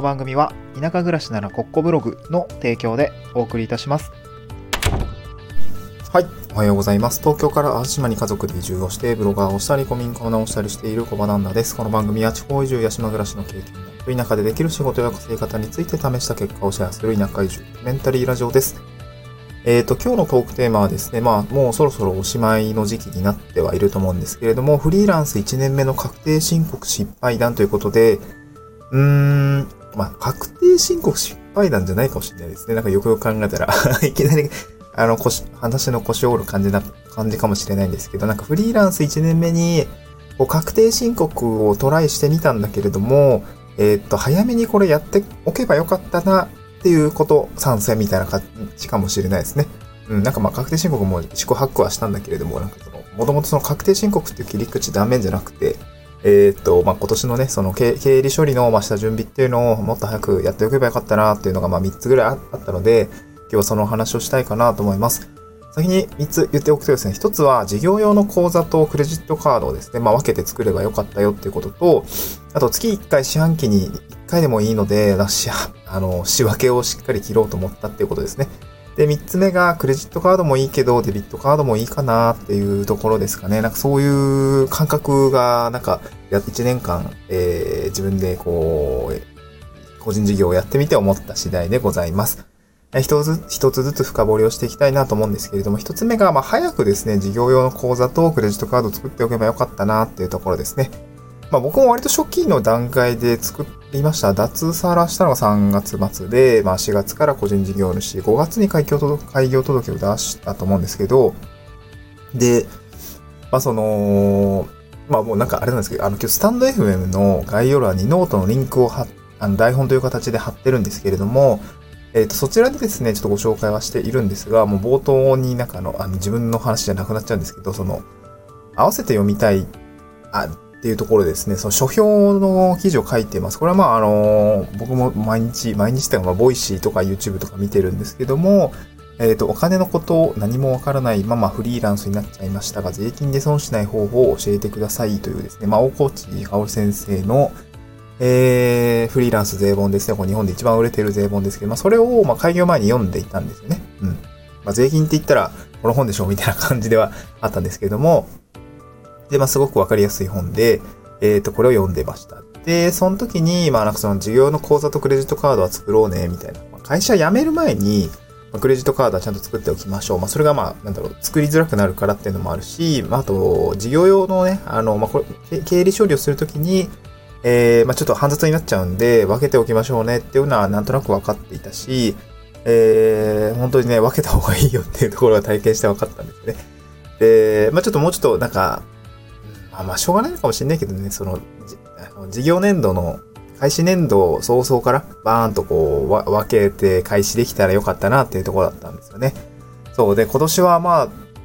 の番組は田舎暮らしならコッコブログの提供でお送りいたします。はい、おはようございます。東京から淡路島に家族で移住をしてブロガーをしたり古民家を直したりしている小場旦那です。この番組は地方移住や島暮らしの経験と田舎でできる仕事や稼ぎ方について試した結果をシェアする田舎移住メンタリーラジオです。今日のトークテーマはですね、もうそろそろおしまいの時期になってはいると思うんですけれども、フリーランス1年目の確定申告失敗談ということで、確定申告失敗談じゃないかもしれないですね。なんかよくよく考えたらいきなり話の腰を折る感じかもしれないんですけど、なんかフリーランス1年目に確定申告をトライしてみたんだけれども、早めにこれやっておけばよかったなっていうこと参戦みたいな感じかもしれないですね。なんか確定申告も自己ハックはしたんだけれども、なんかもともとその確定申告っていう切り口断面じゃなくて、今年のね、その経理処理の下準備っていうのをもっと早くやっておけばよかったなっていうのが3つぐらいあったので、今日はその話をしたいかなと思います。先に3つ言っておくとですね、1つは事業用の口座とクレジットカードをですね、分けて作ればよかったよっていうことと、あと月1回四半期に1回でもいいので、仕分けをしっかり切ろうと思ったっていうことですね。で、3つ目がクレジットカードもいいけど、デビットカードもいいかなっていうところですかね。なんかそういう感覚が、1年間、自分で個人事業をやってみて思った次第でございます。一つずつ深掘りをしていきたいなと思うんですけれども、一つ目が、早くですね、事業用の口座とクレジットカードを作っておけばよかったなっていうところですね。僕も割と初期の段階で作りました。脱サラしたのが3月末で、4月から個人事業主、5月に開業届を出したと思うんですけど、で、もうなんかあれなんですけど、今日スタンド FM の概要欄にノートのリンクを台本という形で貼ってるんですけれども、そちらでですね、ちょっとご紹介はしているんですが、もう冒頭に自分の話じゃなくなっちゃうんですけど、合わせて読みたい、っていうところですね、その書評の記事を書いています。これは僕も毎日というか、ボイシーとか YouTube とか見てるんですけども、お金のこと何もわからないままフリーランスになっちゃいましたが、税金で損しない方法を教えてくださいというですね、大河内薫先生のフリーランス税本ですね。日本で一番売れてる税本ですけど、それを開業前に読んでいたんですよね。税金って言ったらこの本でしょみたいな感じではあったんですけども、で、すごくわかりやすい本で、これを読んでました。で、その時に、その事業の口座とクレジットカードは作ろうね、みたいな。会社辞める前に、クレジットカードはちゃんと作っておきましょう。それが作りづらくなるからっていうのもあるし、あと、事業用のね、これ、経理処理をするときに、ちょっと煩雑になっちゃうんで、分けておきましょうねっていうのはなんとなく分かっていたし、本当にね、分けた方がいいよっていうところが体験して分かったんですよね。で、もうちょっとしょうがないのかもしれないけどね、事業年度の開始年度早々からバーンと分けて開始できたらよかったなっていうところだったんですよね。そうで、今年は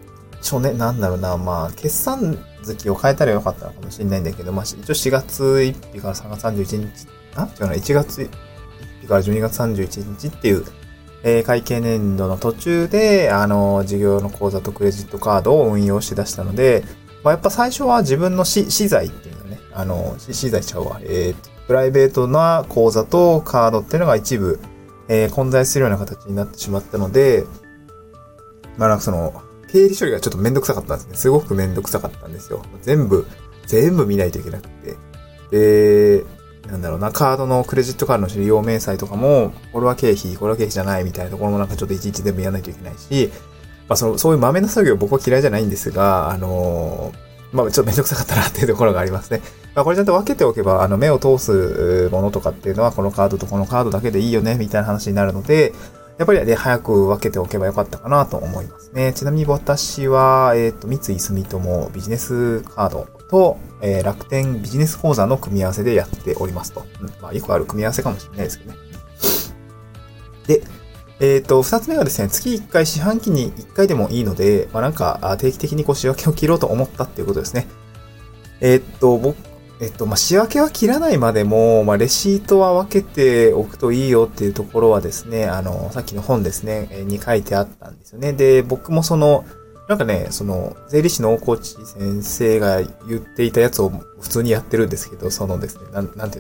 決算月を変えたらよかったのかもしれないんだけど、一応4月1日から3月31日、1月1日から12月31日っていう、会計年度の途中で、事業の口座とクレジットカードを運用して出したので、やっぱ最初は自分の資材っていうのね、資材ちゃうわ、プライベートな口座とカードっていうのが一部、混在するような形になってしまったので、経理処理がちょっとめんどくさかったんですね。すごくめんどくさかったんですよ。全部見ないといけなくて。で、カードのクレジットカードの利用明細とかも、これは経費じゃないみたいなところもちょっといちいち全部やらないといけないし、そういう豆な作業僕は嫌いじゃないんですが、ちょっとめんどくさかったなっていうところがありますね。これちゃんと分けておけば、目を通すものとかっていうのは、このカードとこのカードだけでいいよね、みたいな話になるので、やっぱりね、早く分けておけばよかったかなと思いますね。ちなみに私は、三井住友ビジネスカードと、楽天ビジネス口座の組み合わせでやっておりますと。よくある組み合わせかもしれないですけどね。で、二つ目がですね、月1回四半期に1回でもいいので、定期的に仕分けを切ろうと思ったっていうことですね。仕分けは切らないまでも、レシートは分けておくといいよっていうところはですね、さっきの本ですね、に書いてあったんですよね。で、僕も税理士の大河内先生が言っていたやつを普通にやってるんですけど、なんていうの、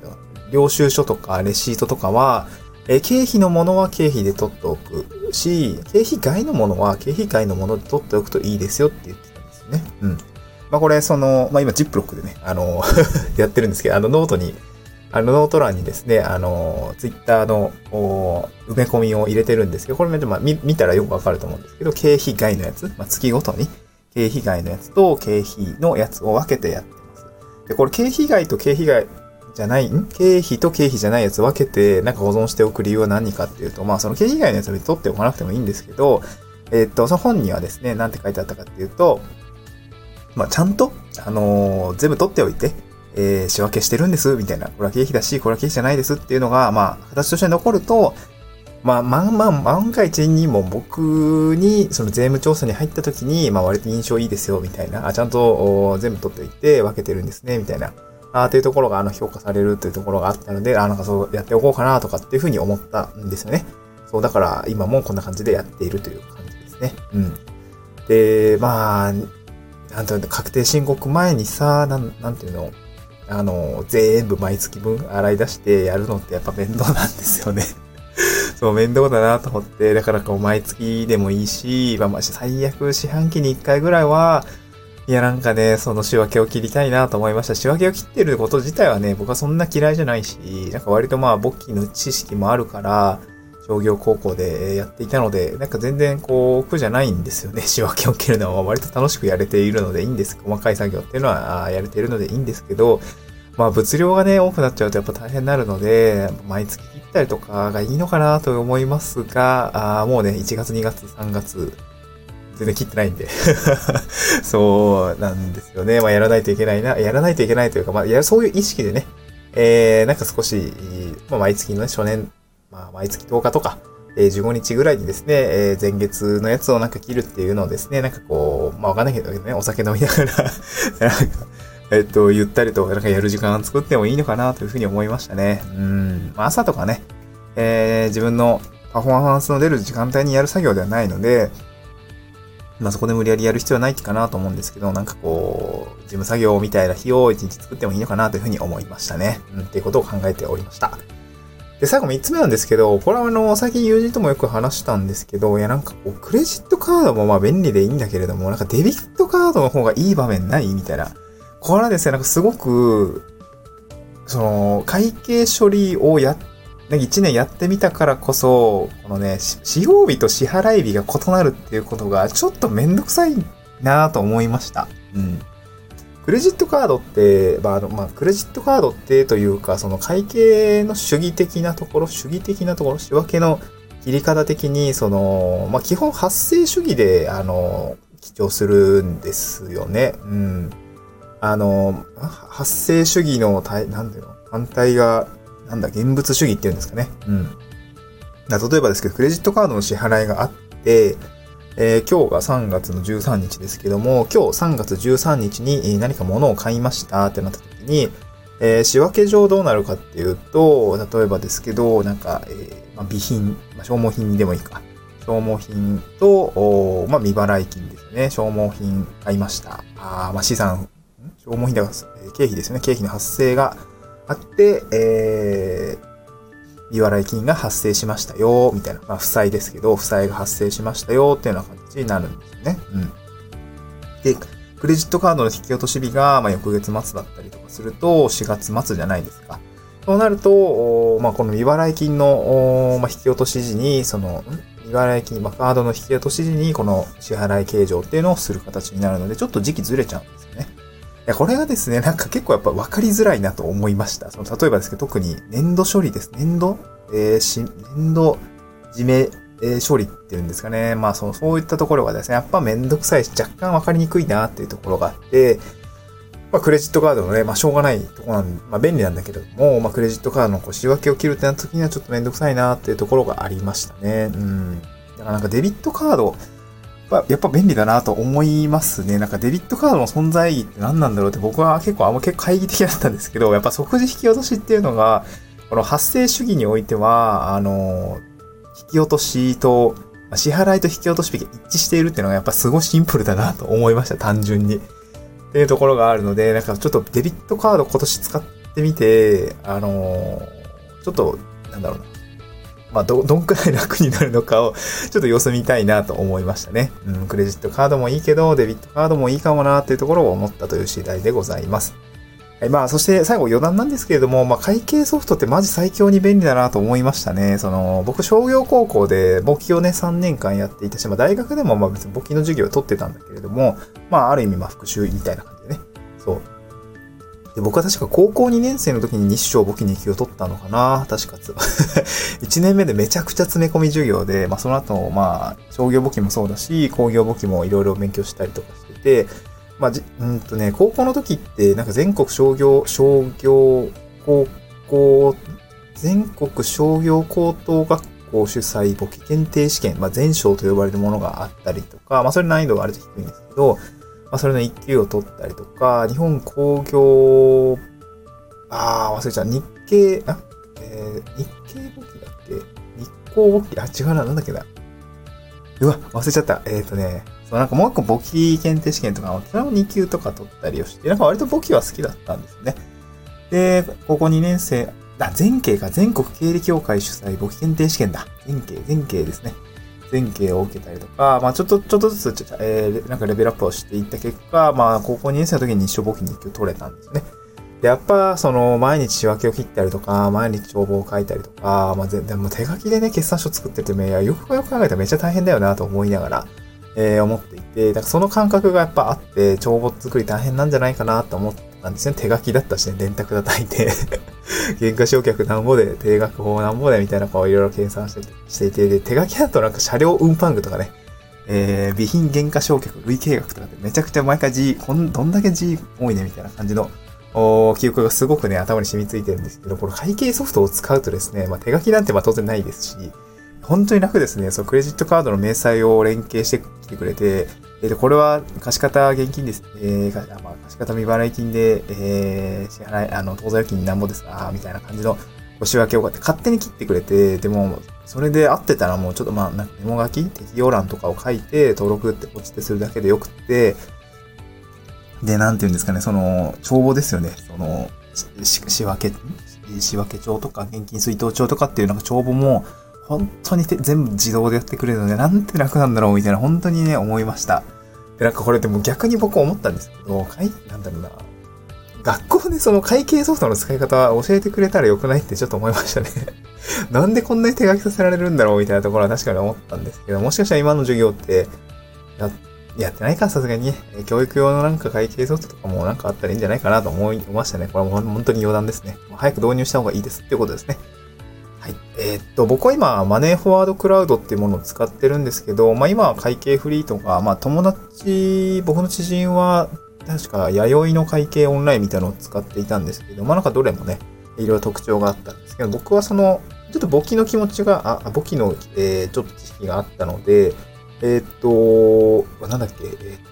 領収書とかレシートとかは、経費のものは経費で取っておくし、経費外のものは経費外のもので取っておくといいですよって言ってたんですよね。うん。まあこれ今ジップロックでね、やってるんですけど、ノートに、ノート欄にですね、ツイッターの、埋め込みを入れてるんですけど、これ見たらよくわかると思うんですけど、経費外のやつ、月ごとに、経費外のやつと経費のやつを分けてやってます。で、これ経費外と経費外じゃない、経費と経費じゃないやつ分けて、保存しておく理由は何かっていうと、その経費外のやつは取っておかなくてもいいんですけど、その本にはですね、なんて書いてあったかっていうと、ちゃんと、全部取っておいて、仕分けしてるんです、みたいな。これは経費だし、これは経費じゃないですっていうのが、形として残ると、万が一にも僕に、その税務調査に入った時に、割と印象いいですよ、みたいな。ちゃんと全部取っておいて分けてるんですね、みたいな。というところが、評価されるというところがあったので、そうやっておこうかな、とかっていうふうに思ったんですよね。そう、だから今もこんな感じでやっているという感じですね。うん。で、なんと確定申告前にさ、なんていうの、全部毎月分洗い出してやるのってやっぱ面倒なんですよね。そう、面倒だなと思って、だから毎月でもいいし、最悪四半期に1回ぐらいは、その仕分けを切りたいなと思いました。仕分けを切ってること自体はね、僕はそんな嫌いじゃないし、割と簿記の知識もあるから、商業高校でやっていたので、全然苦じゃないんですよね。仕分けを切るのは割と楽しくやれているのでいいんです。細かい作業っていうのはやれているのでいいんですけど、物量がね、多くなっちゃうとやっぱ大変になるので、毎月切ったりとかがいいのかなと思いますが、もうね、1月、2月、3月、全然切ってないんで。そうなんですよね。やらないといけないな。やらないといけないというか、そういう意識でね、少し、毎月のね、初年、毎月10日とか、15日ぐらいにですね、前月のやつを切るっていうのをですね、わかんないけどね、お酒飲みながら、ゆったりとやる時間作ってもいいのかなというふうに思いましたね。朝とかね、自分のパフォーマンスの出る時間帯にやる作業ではないので、そこで無理やりやる必要はないかなと思うんですけど、事務作業みたいな日を1日作ってもいいのかなというふうに思いましたね。っていうことを考えておりました。で、最後3つ目なんですけど、これは最近友人ともよく話したんですけど、クレジットカードも便利でいいんだけれども、デビットカードの方がいい場面ないみたいな。これはですね、すごく、会計処理を1年やってみたからこそ、このね、使用日と支払い日が異なるっていうことが、ちょっとめんどくさいなと思いました。クレジットカードって、クレジットカードってというか、その会計の主義的なところ、仕分けの切り方的に、基本発生主義で、記帳するんですよね。発生主義の反対が、現物主義っていうんですかね。例えばですけど、クレジットカードの支払いがあって、今日が3月の13日ですけども、今日3月13日に何か物を買いましたってなった時に、仕分け上どうなるかっていうと、例えばですけど、備品、消耗品でもいいか。消耗品と、未払い金ですね。消耗品買いました。資産、消耗品だから、経費ですね。経費の発生があって、未払い金が発生しましたよ、みたいな。負債ですけど、負債が発生しましたよ、っていうような形になるんですよね。で、クレジットカードの引き落とし日が、翌月末だったりとかすると、4月末じゃないですか。そうなると、この未払い金の、引き落とし時に、未払い金、カードの引き落とし時に、この支払い計上っていうのをする形になるので、ちょっと時期ずれちゃうんですよね。これがですね、結構やっぱ分かりづらいなと思いました。例えばですけど、特に年度処理です。年度締め、処理っていうんですかね。そういったところがですね、やっぱめんどくさいし、若干分かりにくいなっていうところがあって、クレジットカードのね、しょうがないところ便利なんだけれども、クレジットカードの仕分けを切るってなった時にはちょっとめんどくさいなっていうところがありましたね。だからデビットカード、やっぱ便利だなと思いますね。デビットカードの存在意義って何なんだろうって僕は結構懐疑的だったんですけど、やっぱ即時引き落としっていうのが、この発生主義においては、引き落としと、支払いと引き落とし日が一致しているっていうのがやっぱすごいシンプルだなと思いました、単純に。っていうところがあるので、ちょっとデビットカード今年使ってってみて、ちょっと、なんだろうな。まあ、どんくらい楽になるのかを、ちょっと様子見たいなと思いましたね。クレジットカードもいいけど、デビットカードもいいかもなっていうところを思ったという次第でございます。はい、まあ、そして最後余談なんですけれども、まあ、会計ソフトってマジ最強に便利だなと思いましたね。僕、商業高校で簿記をね、3年間やっていたし、まあ、大学でもまあ別に簿記の授業を取ってたんだけれども、まあ、ある意味、まあ、復習みたいな感じでね。そう。で、僕は確か高校2年生の時に日商簿記2級を取ったのかな、確か1年目でめちゃくちゃ詰め込み授業で、まあ、その後、まあ、商業簿記もそうだし、工業簿記もいろいろ勉強したりとかしてて、まあ、高校の時って、なんか全国商業高校、全国商業高等学校主催簿記検定試験、まあ、全商と呼ばれるものがあったりとか、まあ、それ難易度があると低いんですけど、まあ、それの1級を取ったりとか、日本工業、忘れちゃう、日経簿記だっけ日光簿記、違うな、なんだっけな。うわ、忘れちゃった。なんかもう一個簿記検定試験とか、それも2級とか取ったりをして、なんか割と簿記は好きだったんですよね。で、高校2年生、全経か、全国経理協会主催簿記検定試験だ。全経ですね。全経を受けたりとか、まあちょっとずつ、なんかレベルアップをしていった結果、まあ高校2年生の時に日商簿記2級取れたんですね。で、やっぱ、毎日仕分けを切ったりとか、毎日帳簿を書いたりとか、まあ、でも手書きでね、決算書作ってると、よく考えたらめっちゃ大変だよなと思いながら、思っていて、だからその感覚がやっぱあって、帳簿作り大変なんじゃないかなと思ったんですね。手書きだったしね、電卓叩いて、原価償却なんぼで、定額法なんぼで、みたいなこういろいろ計算していて、で、手書きだとなんか車両運搬具とかね、備品原価償却累計額とかでめちゃくちゃ毎回どんだけ G 多いねみたいな感じの、記憶がすごくね、頭に染みついてるんですけど、この会計ソフトを使うとですね、まあ、手書きなんてまあ当然ないですし、本当に楽ですね。クレジットカードの明細を連携してきてくれて、これは貸方現金です。貸方未払い金で、支払い、当座預金なんぼですかみたいな感じの仕分けを勝手に切ってくれて、でも、それで合ってたらもうちょっとメモ書き、適用欄とかを書いて、登録ってポチってするだけでよくって、で、なんて言うんですかね、帳簿ですよね。仕分け帳とか、現金出納帳とかっていうなんか帳簿も、本当に全部自動でやってくれるので、なんて楽なんだろうみたいな、本当にね、思いました。で、なんかこれでも逆に僕思ったんですけど、なんだろうな。学校で会計ソフトの使い方教えてくれたらよくないってちょっと思いましたね。なんでこんなに手書きさせられるんだろうみたいなところは確かに思ったんですけど、もしかしたら今の授業って、やってないか、さすがにね。教育用のなんか会計ソフトとかもなんかあったらいいんじゃないかなと思いましたね。これは本当に余談ですね。早く導入した方がいいですっていうことですね。はい。僕は今、マネーフォワードクラウドっていうものを使ってるんですけど、まあ今は会計フリーとか、まあ僕の知人は、確か弥生の会計オンラインみたいなのを使っていたんですけど、まあなんかどれもね、いろいろ特徴があったんですけど、僕はちょっと簿記の気持ちが、簿記の、ちょっと知識があったので、なんだっけ、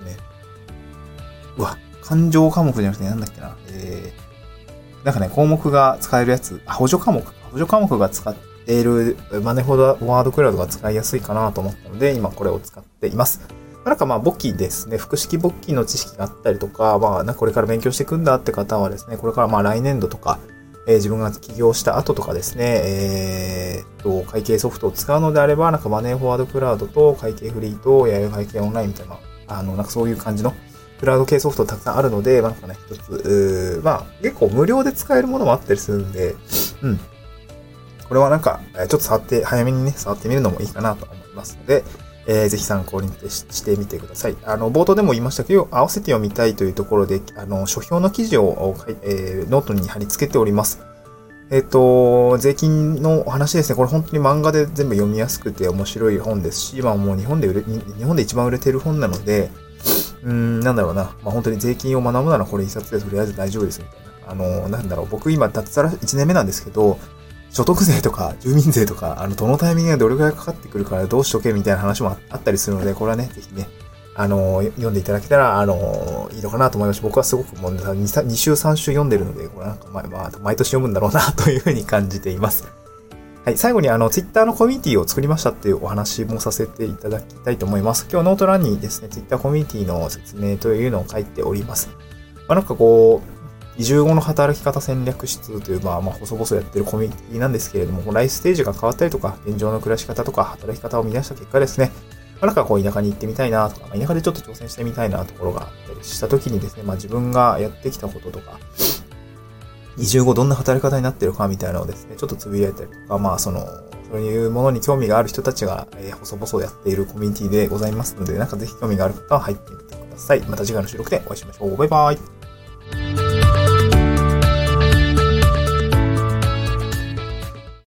勘定科目じゃなくてなんだっけな、なんかね、項目が使えるやつ、補助科目が使っているマネーフォワードクラウドが使いやすいかなと思ったので、今これを使っています。なんか簿記ですね、複式簿記の知識があったりとか、なんかこれから勉強していくんだって方はですね、これから来年度とか、自分が起業した後とかですね、会計ソフトを使うのであれば、なんかマネーフォワードクラウドと会計フリーと弥生会計オンラインみたいな、なんかそういう感じのクラウド系ソフトたくさんあるので、なんかね、一つ、結構無料で使えるものもあったりするんで、これはなんか、ちょっと早めにね、触ってみるのもいいかなと思いますので、ぜひ参考にしてみてください。冒頭でも言いましたけど、合わせて読みたいというところで、書評の記事を、ノートに貼り付けております。税金のお話ですね。これ本当に漫画で全部読みやすくて面白い本ですし、もう日本で一番売れてる本なので、なんだろうな。本当に税金を学ぶならこれ一冊でとりあえず大丈夫ですみたいな。僕今脱サラ1年目なんですけど、所得税とか住民税とか、どのタイミングでどれくらいかかってくるからどうしとけみたいな話もあったりするので、これはね、ぜひね、読んでいただけたら、いいのかなと思います。僕はすごくもう2週3週読んでるので、これなんか毎年読むんだろうなというふうに感じています。はい、最後にTwitter のコミュニティを作りましたっていうお話もさせていただきたいと思います。今日ノート欄にですね、Twitter コミュニティの説明というのを書いております。なんかこう、 移住後の働き方戦略室という、細々やってるコミュニティなんですけれども、ライフステージが変わったりとか、現状の暮らし方とか、働き方を見出した結果ですね、田舎に行ってみたいなとか、田舎でちょっと挑戦してみたいなところがあったりしたときにですね、自分がやってきたこととか、移住後どんな働き方になってるかみたいなのをですね、ちょっとつぶやいたりとか、そういうものに興味がある人たちが、細々やっているコミュニティでございますので、ぜひ興味がある方は入ってみてください。また次回の収録でお会いしましょう。バイバイ。